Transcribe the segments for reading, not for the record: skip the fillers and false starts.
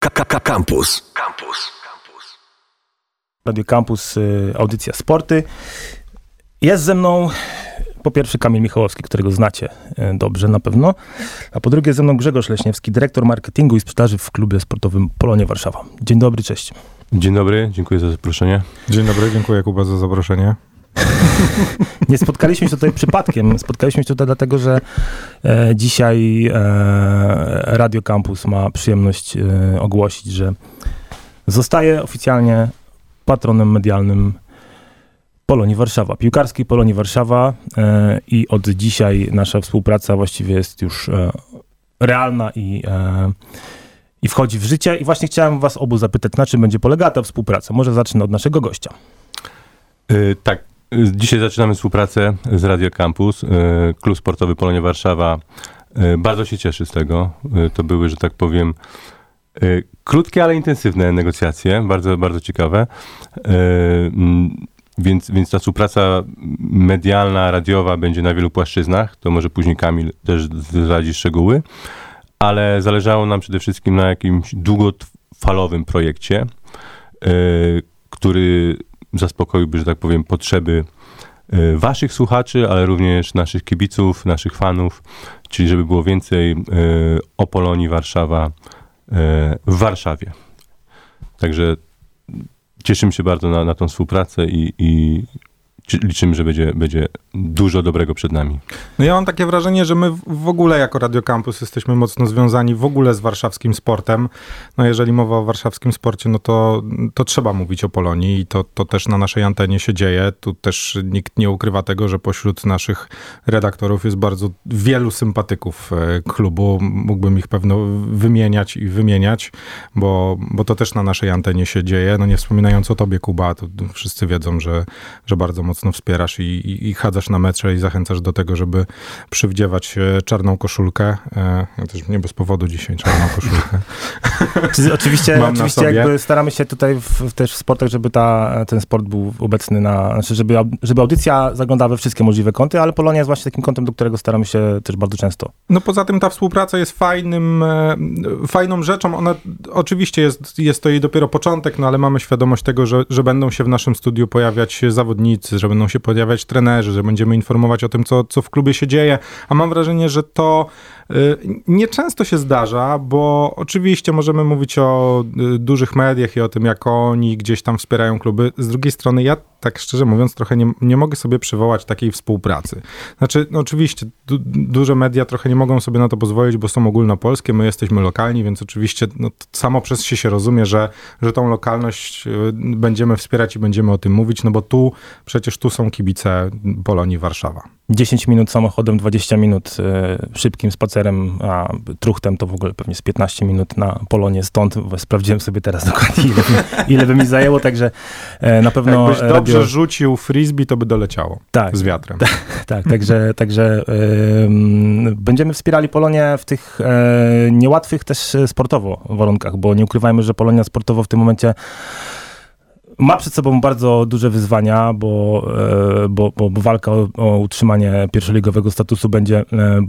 Campus. Radio Campus, audycja sporty. Jest ze mną po pierwsze Kamil Michałowski, którego znacie dobrze na pewno, a po drugie ze mną Grzegorz Leśniewski, dyrektor marketingu i sprzedaży w klubie sportowym Polonia Warszawa. Dzień dobry, cześć. Dzień dobry, dziękuję za zaproszenie. Dzień dobry, dziękuję Kuba za zaproszenie. Nie spotkaliśmy się tutaj przypadkiem. Spotkaliśmy się tutaj dlatego, że dzisiaj Radio Campus ma przyjemność ogłosić, że zostaje oficjalnie patronem medialnym Polonii Warszawa, piłkarskiej Polonii Warszawa i od dzisiaj nasza współpraca właściwie jest już realna i wchodzi w życie. I właśnie chciałem was obu zapytać, na czym będzie polegała ta współpraca. Może zacznę od naszego gościa. Tak, dzisiaj zaczynamy współpracę z Radio Campus. Klub sportowy Polonia Warszawa bardzo się cieszy z tego. To były, że tak powiem, krótkie, ale intensywne negocjacje, bardzo, bardzo ciekawe. Więc ta współpraca medialna, radiowa będzie na wielu płaszczyznach. To może później Kamil też zdradzi szczegóły. Ale zależało nam przede wszystkim na jakimś długofalowym projekcie, który zaspokoiłby, że tak powiem, potrzeby waszych słuchaczy, ale również naszych kibiców, naszych fanów, czyli żeby było więcej o Polonii Warszawa w Warszawie. Także cieszymy się bardzo na tą współpracę i liczymy, że będzie dużo dobrego przed nami. No ja mam takie wrażenie, że my w ogóle jako Radio Campus jesteśmy mocno związani w ogóle z warszawskim sportem. No jeżeli mowa o warszawskim sporcie, no to trzeba mówić o Polonii i to też na naszej antenie się dzieje. Tu też nikt nie ukrywa tego, że pośród naszych redaktorów jest bardzo wielu sympatyków klubu. Mógłbym ich pewno wymieniać, bo to też na naszej antenie się dzieje. No nie wspominając o tobie, Kuba, to wszyscy wiedzą, że bardzo mocno wspierasz i chadzasz na mecze i zachęcasz do tego, żeby przywdziewać czarną koszulkę. Ja też nie bez powodu dzisiaj czarną koszulkę. Oczywiście jakby staramy się tutaj też w sportach, żeby ten sport był obecny żeby audycja zaglądała we wszystkie możliwe kąty, ale Polonia jest właśnie takim kątem, do którego staramy się też bardzo często. No poza tym ta współpraca jest fajną rzeczą. Ona oczywiście jest to jej dopiero początek, no ale mamy świadomość tego, że będą się w naszym studiu pojawiać zawodnicy, że będą się pojawiać trenerzy, że będziemy informować o tym, co w klubie się dzieje, a mam wrażenie, że to nieczęsto się zdarza, bo oczywiście możemy mówić o dużych mediach i o tym, jak oni gdzieś tam wspierają kluby. Z drugiej strony ja, tak szczerze mówiąc, trochę nie mogę sobie przywołać takiej współpracy. Znaczy, no oczywiście duże media trochę nie mogą sobie na to pozwolić, bo są ogólnopolskie, my jesteśmy lokalni, więc oczywiście samo przez się rozumie, że tą lokalność będziemy wspierać i będziemy o tym mówić, no bo przecież tu są kibice Polonii Warszawa. 10 minut samochodem, 20 minut szybkim spacerem, a truchtem to w ogóle pewnie z 15 minut na Polonię stąd. Sprawdziłem sobie teraz dokładnie, ile by mi zajęło, także na pewno... Jakbyś dobrze rzucił frisbee, to by doleciało z wiatrem. Także będziemy wspierali Polonię w tych niełatwych też sportowo warunkach, bo nie ukrywajmy, że Polonia sportowo w tym momencie ma przed sobą bardzo duże wyzwania, bo walka o utrzymanie pierwszoligowego statusu będzie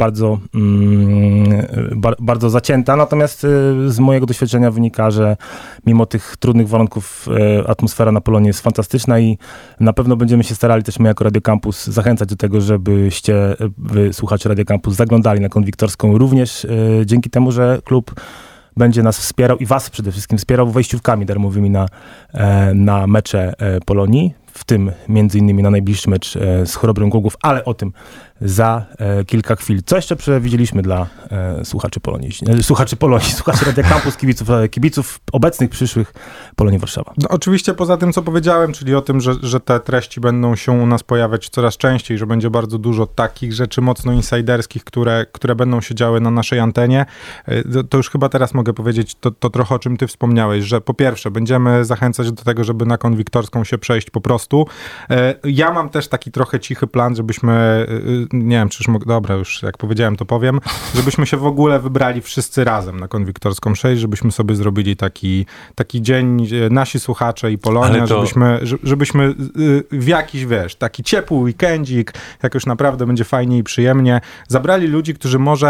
bardzo zacięta. Natomiast z mojego doświadczenia wynika, że mimo tych trudnych warunków atmosfera na Polonii jest fantastyczna i na pewno będziemy się starali też my jako Radio Campus zachęcać do tego, żebyście wy, słuchacze Radio Campus, zaglądali na Konwiktorską również dzięki temu, że klub będzie nas wspierał i was przede wszystkim wspierał wejściówkami darmowymi na mecze Polonii, w tym między innymi na najbliższy mecz z Chrobrym Głogów, ale o tym za kilka chwil. Co jeszcze przewidzieliśmy dla słuchaczy Radio Campus, kibiców obecnych, przyszłych Polonii Warszawa? No, oczywiście poza tym, co powiedziałem, czyli o tym, że te treści będą się u nas pojawiać coraz częściej, że będzie bardzo dużo takich rzeczy mocno insiderskich, które będą się działy na naszej antenie. To już chyba teraz mogę powiedzieć to trochę, o czym ty wspomniałeś, że po pierwsze będziemy zachęcać do tego, żeby na Konwiktorską się przejść po prostu. Ja mam też taki trochę cichy plan, żebyśmy nie wiem, czy już dobra, już jak powiedziałem, to powiem, żebyśmy się w ogóle wybrali wszyscy razem na Konwiktorską 6, żebyśmy sobie zrobili taki dzień, nasi słuchacze i Polonia, żebyśmy w jakiś, taki ciepły weekendzik, jak już naprawdę będzie fajnie i przyjemnie, zabrali ludzi, którzy może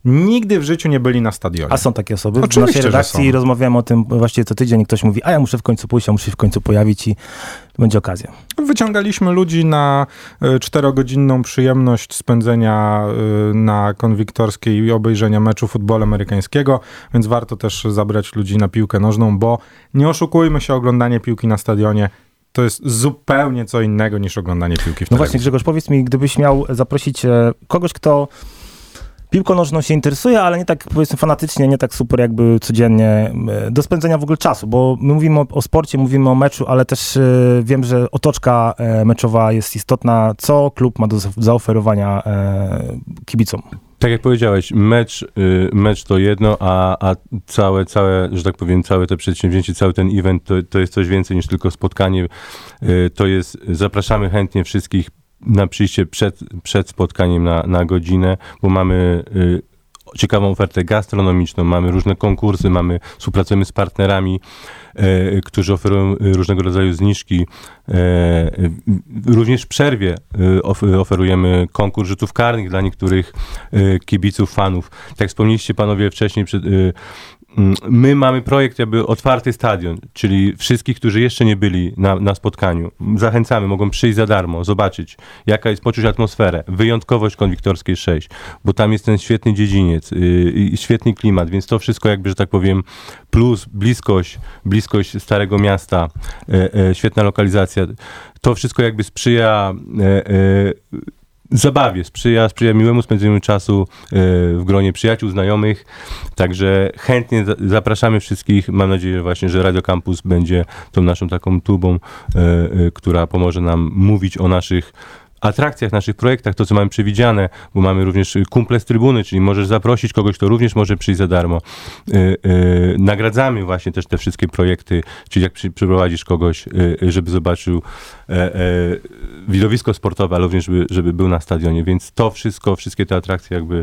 nigdy w życiu nie byli na stadionie. A są takie osoby? Oczywiście, w naszej redakcji rozmawiamy o tym właściwie co tydzień. Ktoś mówi, a ja muszę w końcu pójść, ja muszę się w końcu pojawić i będzie okazja. Wyciągaliśmy ludzi na 4-godzinną przyjemność spędzenia na Konwiktorskiej i obejrzenia meczu futbolu amerykańskiego, więc warto też zabrać ludzi na piłkę nożną, bo nie oszukujmy się, oglądanie piłki na stadionie to jest zupełnie co innego niż oglądanie piłki w telewizji. No właśnie, Grzegorz, powiedz mi, gdybyś miał zaprosić kogoś, kto piłką nożną się interesuje, ale nie tak, powiedzmy, fanatycznie, nie tak super jakby codziennie, do spędzenia w ogóle czasu, bo my mówimy o sporcie, mówimy o meczu, ale też wiem, że otoczka meczowa jest istotna. Co klub ma do zaoferowania kibicom? Tak jak powiedziałeś, mecz to jedno, a całe, że tak powiem, całe to przedsięwzięcie, cały ten event to jest coś więcej niż tylko spotkanie. To jest, zapraszamy chętnie wszystkich na przyjście przed spotkaniem na godzinę, bo mamy ciekawą ofertę gastronomiczną, mamy różne konkursy, współpracujemy z partnerami, którzy oferują różnego rodzaju zniżki. Również w przerwie oferujemy konkurs rzutów karnych dla niektórych kibiców, fanów. Tak jak wspomnieliście panowie wcześniej, my mamy projekt jakby otwarty stadion, czyli wszystkich, którzy jeszcze nie byli na spotkaniu, zachęcamy, mogą przyjść za darmo, zobaczyć, jaka jest, poczuć atmosferę, wyjątkowość Konwiktorskiej 6, bo tam jest ten świetny dziedziniec, świetny klimat, więc to wszystko jakby, że tak powiem, plus bliskość Starego Miasta, świetna lokalizacja, to wszystko jakby sprzyja zabawie, sprzyja miłemu spędzeniu czasu w gronie przyjaciół, znajomych, także chętnie zapraszamy wszystkich. Mam nadzieję właśnie, że Radio Campus będzie tą naszą taką tubą, która pomoże nam mówić o naszych atrakcjach, naszych projektach, to co mamy przewidziane, bo mamy również kumple z trybuny, czyli możesz zaprosić kogoś, kto również może przyjść za darmo. Nagradzamy właśnie też te wszystkie projekty, czyli jak przyprowadzisz kogoś, żeby zobaczył widowisko sportowe, ale również żeby był na stadionie, więc to wszystkie te atrakcje jakby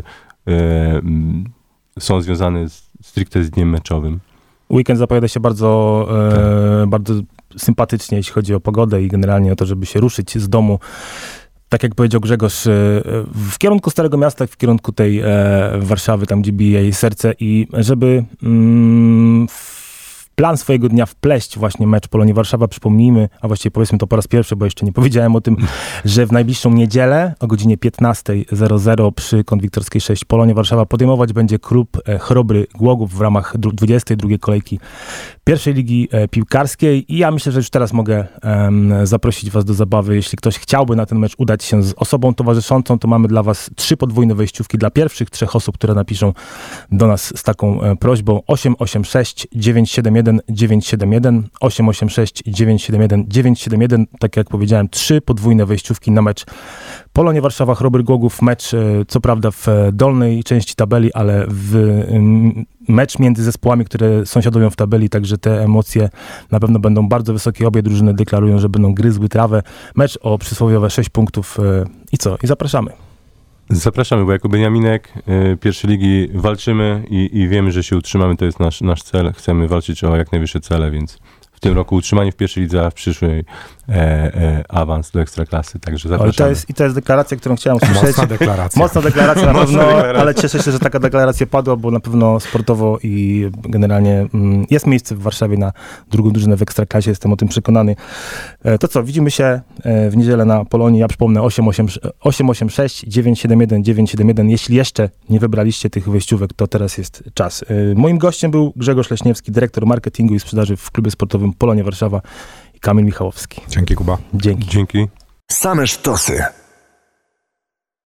są związane stricte z dniem meczowym. Weekend zapowiada się bardzo sympatycznie, jeśli chodzi o pogodę i generalnie o to, żeby się ruszyć z domu. Tak jak powiedział Grzegorz, w kierunku Starego Miasta, w kierunku tej Warszawy, tam gdzie bije jej serce i żeby w plan swojego dnia wpleść właśnie mecz Polonii Warszawa, przypomnijmy, a właściwie powiedzmy to po raz pierwszy, bo jeszcze nie powiedziałem o tym, że w najbliższą niedzielę o godzinie 15:00 przy Konwiktorskiej 6 Polonia Warszawa podejmować będzie klub Chrobry Głogów w ramach 22. kolejki pierwszej ligi piłkarskiej i ja myślę, że już teraz mogę zaprosić was do zabawy. Jeśli ktoś chciałby na ten mecz udać się z osobą towarzyszącą, to mamy dla was 3 podwójne wejściówki dla pierwszych 3 osób, które napiszą do nas z taką prośbą. 886 971 971 886 971 971. Tak jak powiedziałem, 3 podwójne wejściówki na mecz Polonia Warszawa Chrobry Głogów. Mecz co prawda w dolnej części tabeli, ale mecz między zespołami, które sąsiadują w tabeli, także te emocje na pewno będą bardzo wysokie. Obie drużyny deklarują, że będą gryzły trawę. Mecz o przysłowiowe 6 punktów i co? I zapraszamy. Zapraszamy, bo jako Beniaminek pierwszej ligi walczymy i wiemy, że się utrzymamy. To jest nasz cel. Chcemy walczyć o jak najwyższe cele, więc w tym roku utrzymanie w pierwszej lidze, a w przyszłej awans do Ekstraklasy, także zapraszamy. I to jest deklaracja, którą chciałem usłyszeć. Mocna deklaracja na pewno, ale cieszę się, że taka deklaracja padła, bo na pewno sportowo i generalnie jest miejsce w Warszawie na drugą drużynę w Ekstraklasie, jestem o tym przekonany. To co, widzimy się w niedzielę na Polonii, ja przypomnę 886 971 971. Jeśli jeszcze nie wybraliście tych wejściówek, to teraz jest czas. Moim gościem był Grzegorz Leśniewski, dyrektor marketingu i sprzedaży w klubie sportowym Polonia Warszawa i Kamil Michałowski. Dzięki, Kuba. Dzięki. Dzięki. Same sztosy.